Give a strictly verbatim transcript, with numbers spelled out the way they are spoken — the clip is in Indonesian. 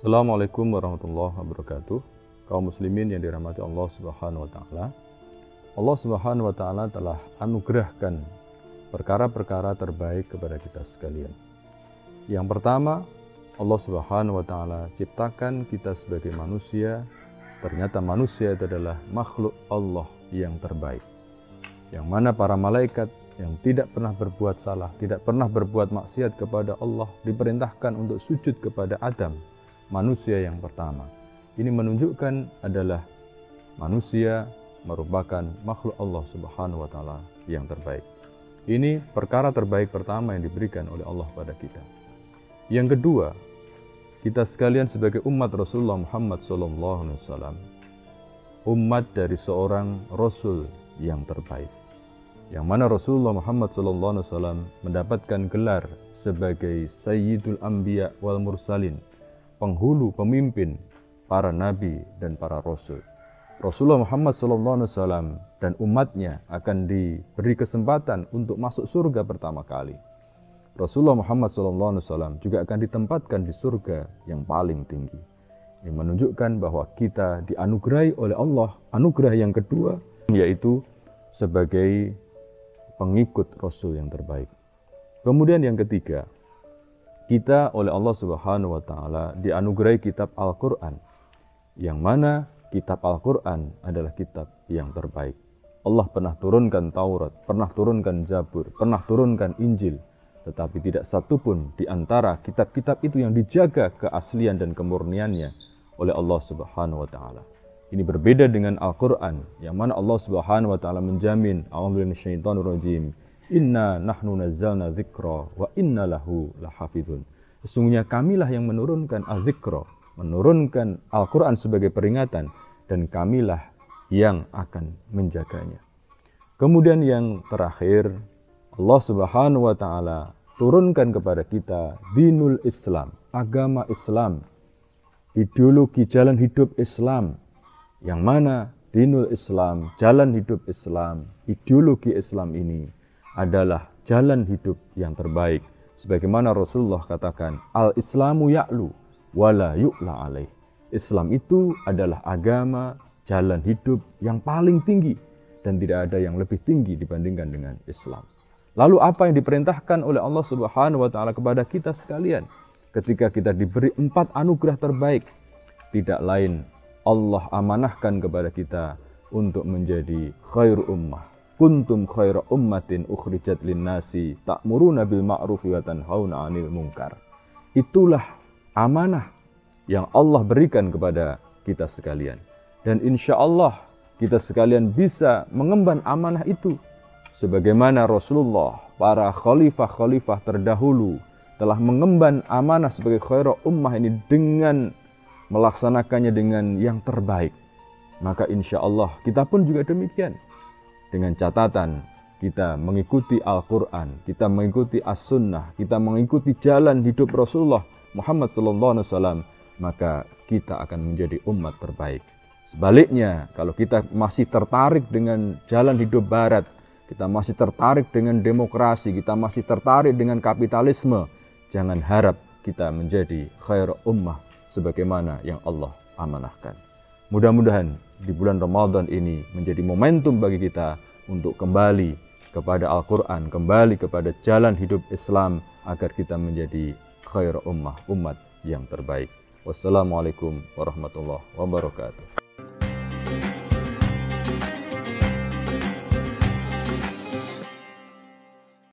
Assalamualaikum warahmatullahi wabarakatuh. Kaum muslimin yang dirahmati Allah Subhanahu wa taala. Allah Subhanahu wa taala telah anugerahkan perkara-perkara terbaik kepada kita sekalian. Yang pertama, Allah Subhanahu wa taala ciptakan kita sebagai manusia. Ternyata manusia itu adalah makhluk Allah yang terbaik. Yang mana para malaikat yang tidak pernah berbuat salah, tidak pernah berbuat maksiat kepada Allah, diperintahkan untuk sujud kepada Adam, manusia yang pertama. Ini menunjukkan adalah manusia merupakan makhluk Allah Subhanahu wa taala yang terbaik. Ini perkara terbaik pertama yang diberikan oleh Allah pada kita. Yang kedua, kita sekalian sebagai umat Rasulullah Muhammad shallallahu alaihi wasallam, umat dari seorang Rasul yang terbaik, yang mana Rasulullah Muhammad shallallahu alaihi wasallam mendapatkan gelar sebagai Sayyidul Anbiya wal Mursalin, penghulu, pemimpin para nabi dan para rasul. Rasulullah Muhammad shallallahu alaihi wasallam dan umatnya akan diberi kesempatan untuk masuk surga pertama kali. Rasulullah Muhammad shallallahu alaihi wasallam juga akan ditempatkan di surga yang paling tinggi. Ini menunjukkan bahwa kita dianugerahi oleh Allah anugerah yang kedua, yaitu sebagai pengikut Rasul yang terbaik. Kemudian yang ketiga, kita oleh Allah Subhanahu wa taala dianugerahi kitab Al-Qur'an, yang mana kitab Al-Qur'an adalah kitab yang terbaik. Allah pernah turunkan Taurat, pernah turunkan Zabur, pernah turunkan Injil, tetapi tidak satupun di antara kitab-kitab itu yang dijaga keaslian dan kemurniannya oleh Allah Subhanahu wa taala. Ini berbeda dengan Al-Qur'an, yang mana Allah Subhanahu wa taala menjamin, a'udzubillahi minasyaitonir rajim, inna nahnu nazzalna dzikra wa inna lahu lahafizun. Sesungguhnya kamilah yang menurunkan al-dzikra, menurunkan Al-Qur'an sebagai peringatan, dan kamilah yang akan menjaganya. Kemudian yang terakhir, Allah Subhanahu wa taala turunkan kepada kita dinul Islam, agama Islam, ideologi jalan hidup Islam, yang mana dinul Islam, jalan hidup Islam, ideologi Islam ini adalah jalan hidup yang terbaik. Sebagaimana Rasulullah katakan, al-Islamu ya'lu wala yu'la alaih. Islam itu adalah agama, jalan hidup yang paling tinggi, dan tidak ada yang lebih tinggi dibandingkan dengan Islam. Lalu apa yang diperintahkan oleh Allah Subhanahu wa taala kepada kita sekalian ketika kita diberi empat anugerah terbaik? Tidak lain, Allah amanahkan kepada kita untuk menjadi khair ummah. Kuntum khaira ummatin ukhrijat linnasi ta'muruna bil ma'rufi wa tanhauna 'anil munkar. Itulah amanah yang Allah berikan kepada kita sekalian. Dan insya Allah kita sekalian bisa mengemban amanah itu. Sebagaimana Rasulullah, para khalifah-khalifah terdahulu telah mengemban amanah sebagai khaira ummah ini dengan melaksanakannya dengan yang terbaik. Maka insya Allah kita pun juga demikian. Dengan catatan kita mengikuti Al-Quran, kita mengikuti As-Sunnah, kita mengikuti jalan hidup Rasulullah Muhammad shallallahu alaihi wasallam, maka kita akan menjadi umat terbaik. Sebaliknya, kalau kita masih tertarik dengan jalan hidup barat, kita masih tertarik dengan demokrasi, kita masih tertarik dengan kapitalisme, jangan harap kita menjadi khair ummah sebagaimana yang Allah amanahkan. Mudah-mudahan di bulan Ramadan ini menjadi momentum bagi kita untuk kembali kepada Al-Quran, kembali kepada jalan hidup Islam, agar kita menjadi khair ummah, umat yang terbaik. Wassalamualaikum warahmatullahi wabarakatuh.